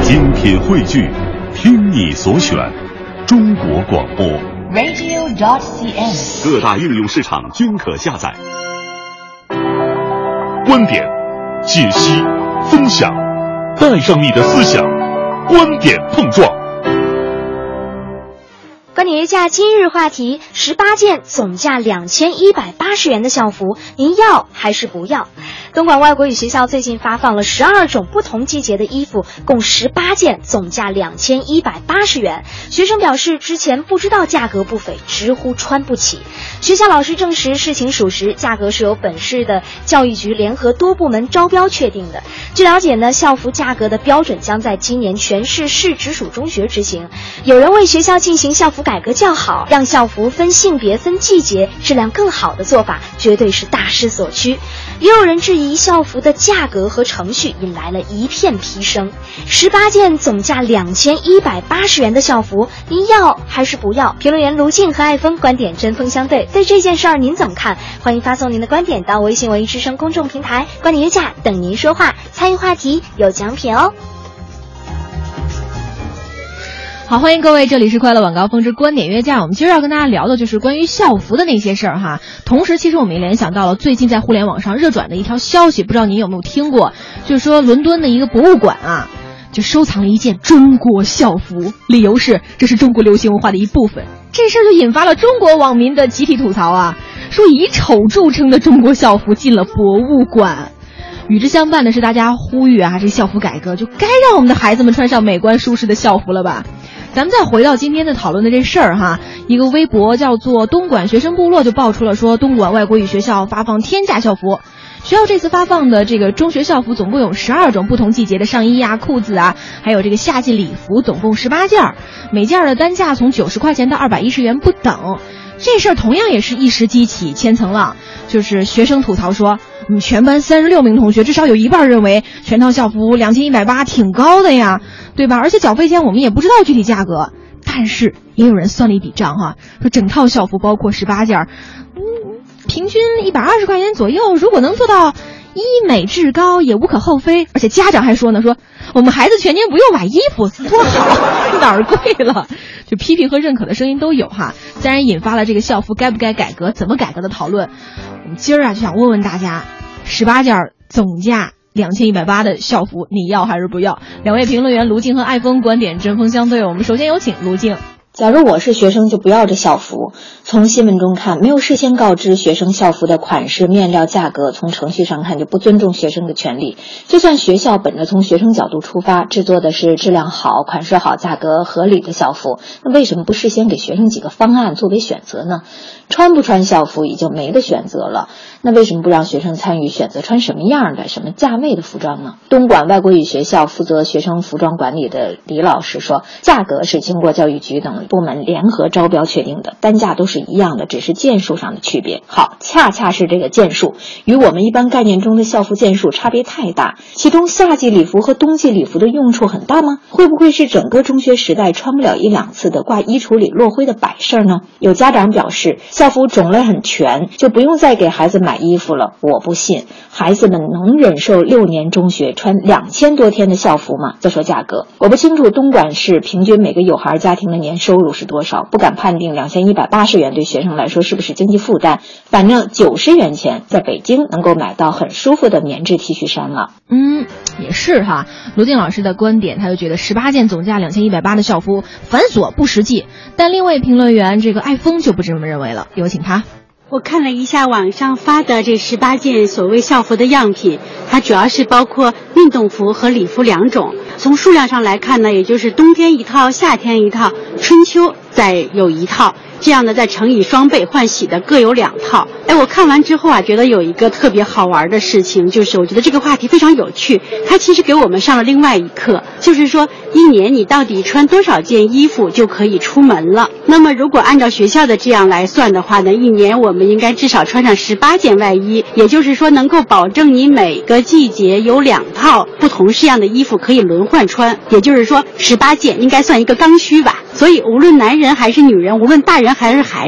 精品汇聚，听你所选，中国广播 radio.cn， 各大应用市场均可下载。观点、解析、分享，带上你的思想，观点碰撞。 观点约架今日话题：18件总价2180元的校服，您要还是不要？东莞外国语学校最近发放了12种不同季节的衣服，共18件，总价2180元。学生表示之前不知道价格不菲，直呼穿不起。学校老师证实事情属实，价格是由本市的教育局联合多部门招标确定的。据了解呢，校服价格的标准将在今年全市市直属中学执行。有人为学校进行校服改革叫好，让校服分性别分季节，质量更好的做法绝对是大势所趋。也有人质疑校服的价格和程序，引来了一片批声。18件总价2180元的校服，您要还是不要？评论员卢静和艾峰观点针锋相对，对这件事儿您怎么看？欢迎发送您的观点到微信文艺之声公众平台，观点约架等您说话，参与话题有奖品哦。 好，欢迎各位，这里是快乐晚高峰之观点约架。我们今儿要跟大家聊的就是关于校服的那些事儿哈。同时，其实我们也联想到了最近在互联网上热转的一条消息，不知道您有没有听过？就是说伦敦的一个博物馆啊，就收藏了一件中国校服，理由是这是中国流行文化的一部分。这事儿就引发了中国网民的集体吐槽啊，说以丑著称的中国校服进了博物馆。与之相伴的是大家呼吁啊，这校服改革就该让我们的孩子们穿上美观舒适的校服了吧。咱们再回到今天的讨论的这事儿哈，一个微博叫做东莞学生部落就爆出了说，东莞外国语学校发放天价校服。学校这次发放的这个中学校服总共有12种不同季节的上衣啊、裤子啊，还有这个夏季礼服，总共18件，每件的单价从90块钱到210元不等。这事儿同样也是一时激起千层浪，就是学生吐槽说，全班36名同学至少有一半认为全套校服2180挺高的呀，对吧？而且缴费前我们也不知道具体价格，但是也有人算了一笔账哈，说整套校服包括18件，平均120块钱左右，如果能做到医美质高也无可厚非。而且家长还说呢，说我们孩子全年不用买衣服多好，哪儿贵了？就批评和认可的声音都有哈，自然引发了这个校服该不该改革、怎么改革的讨论。我们今儿啊就想问问大家，18件总价2180的校服，你要还是不要？两位评论员卢静和艾峰观点针锋相对。我们首先有请卢静。 假如我是学生，就不要这校服。从新闻中看，没有事先告知学生校服的款式、面料、价格，从程序上看就不尊重学生的权利。就算学校本着从学生角度出发，制作的是质量好、款式好、价格合理的校服，那为什么不事先给学生几个方案作为选择呢？穿不穿校服已经没得选择了，那为什么不让学生参与选择穿什么样的、什么价位的服装呢？东莞外国语学校负责学生服装管理的李老师说，价格是经过教育局等部门联合招标确定的，单价都是一样的，只是件数上的区别。好，恰恰是这个件数与我们一般概念中的校服件数差别太大，其中夏季礼服和冬季礼服的用处很大吗？会不会是整个中学时代穿不了1-2次的挂衣橱里落灰的摆事呢？有家长表示，校服种类很全，就不用再给孩子买衣服了。我不信，孩子们能忍受6年中学穿2000多天的校服吗？再说价格，我不清楚东莞市平均每个有孩家庭的年收入是多少，不敢判定2180元对学生来说是不是经济负担，反正90元钱在北京能够买到很舒服的棉质 T 恤衫了。 也是哈，卢静老师的观点，他就觉得18件总价2180的校服繁琐不实际，但另外评论员这个艾峰就不这么认为了，有请他。 我看了一下网上发的这18件所谓校服的样品，它主要是包括运动服和礼服2种。从数量上来看呢，也就是冬天一套，夏天一套，春秋再有一套，这样的再乘以双倍换洗的各有2套。我看完之后啊，觉得有一个特别好玩的事情，就是我觉得这个话题非常有趣，它其实给我们上了另外一课，就是说一年你到底穿多少件衣服就可以出门了。那么如果按照学校的这样来算的话呢，一年我们应该至少穿上18件外衣，也就是说能够保证你每个季节有2套不同式样的衣服可以轮换穿，也就是说18件应该算一个刚需吧。所以无论男人还是女人，无论大人还是孩子，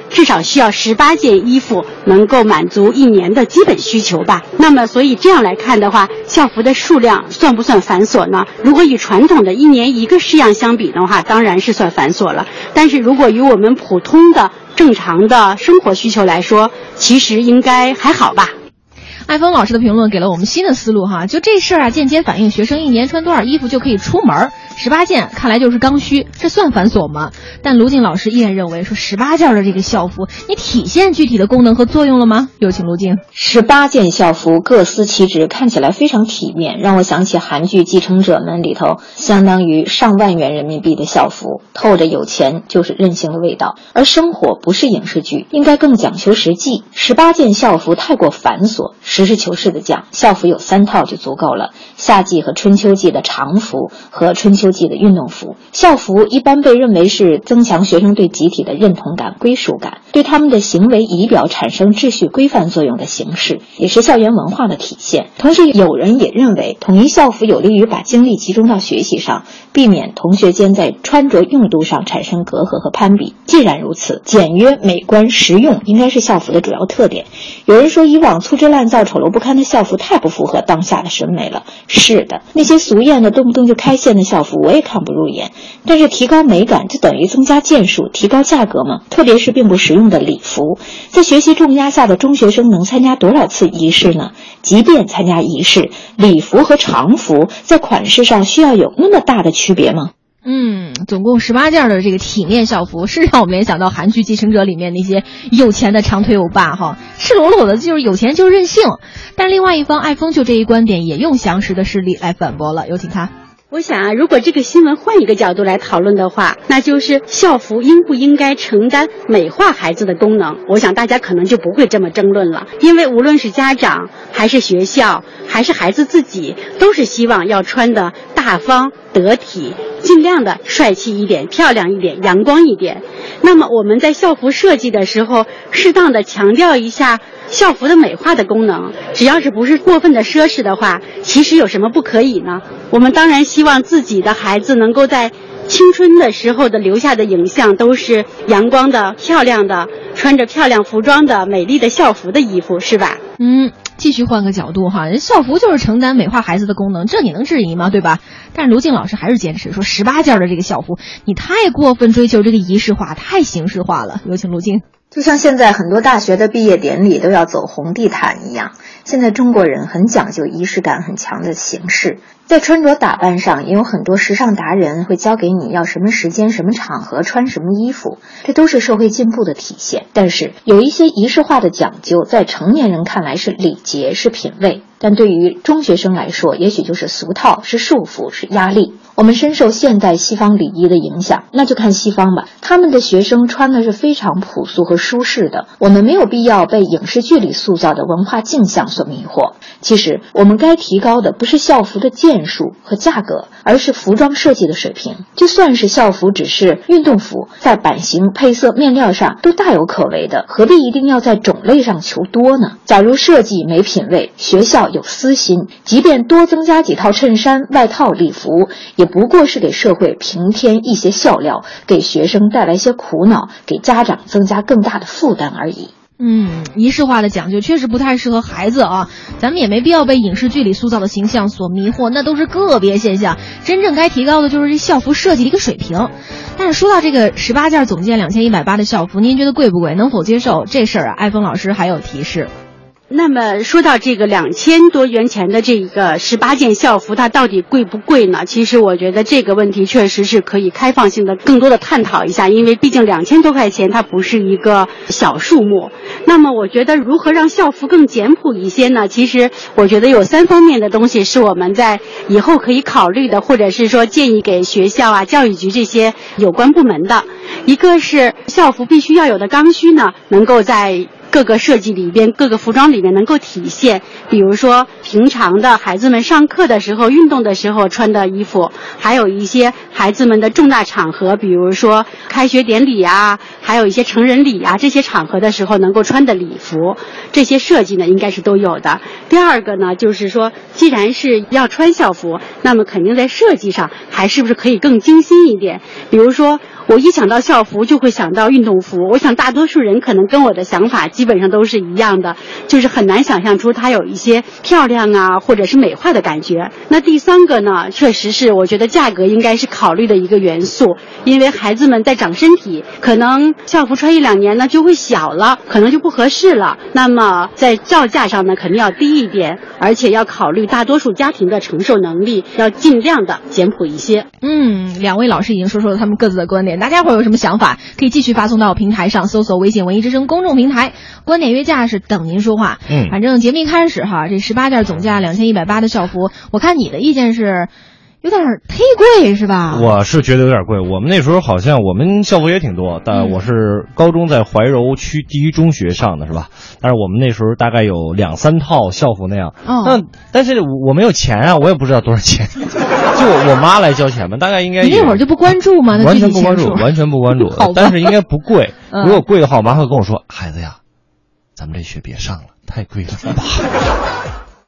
至少需要18件衣服能够满足1年的基本需求吧。那么所以这样来看的话，校服的数量算不算繁琐呢？如果与传统的1年1个式样相比的话，当然是算繁琐了。但是如果与我们普通的正常的生活需求来说，其实应该还好吧。 艾峰老师的评论给了我们新的思路哈，就这事儿啊，间接反映学生1年穿多少衣服就可以出门，18件看来就是刚需，这算繁琐吗？但卢静老师依然认为说18件的这个校服，你体现具体的功能和作用了吗？有请卢静。 18件校服各司其职，看起来非常体面，让我想起韩剧《继承者们》里头相当于上万元人民币的校服，透着有钱就是任性的味道。而生活不是影视剧，应该更讲求实际。18件校服太过繁琐，实事求是的讲，校服有3套就足够了，夏季和春秋季的常服和春秋季的运动服。校服一般被认为是增强学生对集体的认同感、归属感，对他们的行为仪表产生秩序规范作用的形式，也是校园文化的体现。同时有人也认为统一校服有利于把精力集中到学习上，避免同学间在穿着用度上产生隔阂和攀比。既然如此，简约、美观、实用应该是校服的主要特点。有人说以往粗制滥造、丑陋不堪的校服太不符合当下的审美了。是的，那些俗艳的动不动就开线的校服我也看不入眼，但是提高美感就等于增加件数，提高价格吗？特别是并不实用的礼服，在学习重压下的中学生能参加多少次仪式呢？即便参加仪式，礼服和常服在款式上需要有那么大的区别吗？ 总共18件的这个体面校服，是让我们联想到韩剧《继承者》里面那些有钱的长腿欧巴哈，赤裸裸的就是有钱就是任性。但另外一方，艾峰就这一观点也用详实的事例来反驳了，有请他。 我想啊，如果这个新闻换一个角度来讨论的话，那就是校服应不应该承担美化孩子的功能。我想大家可能就不会这么争论了，因为无论是家长还是学校还是孩子自己，都是希望要穿得大方得体，尽量的帅气一点、漂亮一点、阳光一点。那么我们在校服设计的时候，适当的强调一下校服的美化的功能，只要是不是过分的奢侈的话，其实有什么不可以呢？我们当然希望自己的孩子能够在青春的时候的留下的影像都是阳光的、漂亮的，穿着漂亮服装的、美丽的校服的衣服，是吧？ 继续换个角度哈，人校服就是承担美化孩子的功能，这你能质疑吗？对吧？但是卢静老师还是坚持说18件的这个校服，你太过分追求这个仪式化，太形式化了。有请卢静。 就像现在很多大学的毕业典礼都要走红地毯一样，现在中国人很讲究仪式感很强的形式，在穿着打扮上也有很多时尚达人会教给你要什么时间、什么场合穿什么衣服，这都是社会进步的体现。但是有一些仪式化的讲究，在成年人看来是礼节、是品味，但对于中学生来说，也许就是俗套、是束缚、是压力。我们深受现代西方礼仪的影响，那就看西方吧，他们的学生穿的是非常朴素和舒适的，我们没有必要被影视剧里塑造的文化镜像所迷惑。其实我们该提高的不是校服的件数和价格，而是服装设计的水平。就算是校服只是运动服，在版型、配色、面料上都大有可为的，何必一定要在种类上求多呢？假如设计没品位，学校有私心，即便多增加几套衬衫、外套、礼服，也不过是给社会平添一些笑料，给学生带来一些苦恼，给家长增加更大的负担而已。 仪式化的讲究确实不太适合孩子啊，咱们也没必要被影视剧里塑造的形象所迷惑，那都是个别现象，真正该提高的就是这校服设计的一个水平。但是说到这个18件总计2180的校服，您觉得贵不贵？能否接受？这事儿啊，艾峰老师还有提示。 那么说到这个2000多元钱的这个18件校服，它到底贵不贵呢？其实我觉得这个问题确实是可以开放性的更多的探讨一下，因为毕竟2000多块钱它不是一个小数目。那么我觉得如何让校服更简朴一些呢？其实我觉得有3方面的东西是我们在以后可以考虑的，或者是说建议给学校啊、教育局这些有关部门的。一个是校服必须要有的刚需呢，能够在各个设计里边、各个服装里面能够体现，比如说平常的孩子们上课的时候、运动的时候穿的衣服，还有一些孩子们的重大场合，比如说开学典礼啊，还有一些成人礼啊，这些场合的时候能够穿的礼服，这些设计呢应该是都有的。第二个呢，就是说既然是要穿校服，那么肯定在设计上还是不是可以更精心一点，比如说我一想到校服就会想到运动服，我想大多数人可能跟我的想法基本上都是一样的，就是很难想象出它有一些漂亮啊或者是美化的感觉。那第三个呢，确实是我觉得价格应该是考虑的一个元素，因为孩子们在长身体，可能校服穿1-2年呢就会小了，可能就不合适了，那么在造价上呢肯定要低一点，而且要考虑大多数家庭的承受能力，要尽量的简朴一些。 两位老师已经说了他们各自的观点，大家伙有什么想法可以继续发送到平台上，搜索微信文艺之声公众平台，观点约架是等您说话。反正节目一开始哈，这18件总价2180的校服，我看你的意见是有点忒贵是吧？ 我是觉得有点贵。我们那时候好像我们校服也挺多，但我是高中在怀柔区第一中学上的是吧？但是我们那时候大概有2-3套校服那样。但是我没有钱啊，我也不知道多少钱，就我妈来交钱嘛，大概应该。 你那会儿就不关注吗？ 完全不关注，完全不关注。但是应该不贵。如果贵的话，我妈会跟我说：“孩子呀，咱们这学别上了，太贵了。”